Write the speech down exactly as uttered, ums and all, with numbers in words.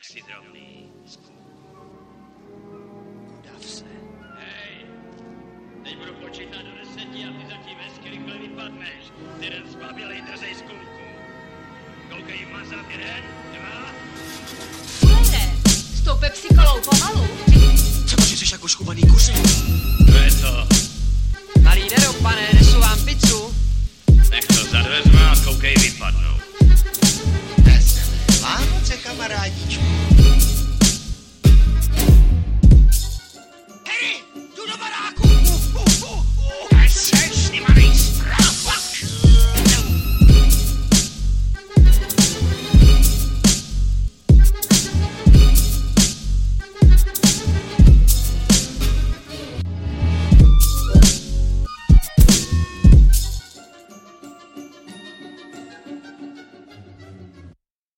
si drobný, zkus. Dav se. Hej, teď budu počítat do deseti a ty zatím hezky rychle vypadneš. Jeden zbabilej drzej skumku. Koukej mazat, jeden, dva. Frére, s tou Pepsi kolou pomalu. Co to, že jsi jako škubaný kuři? To je to. Malý Nero, pane, nesu vám pizzu. Nech to za dveřma a koukej vypadnout. Veselé Vánoce, kamarádičku.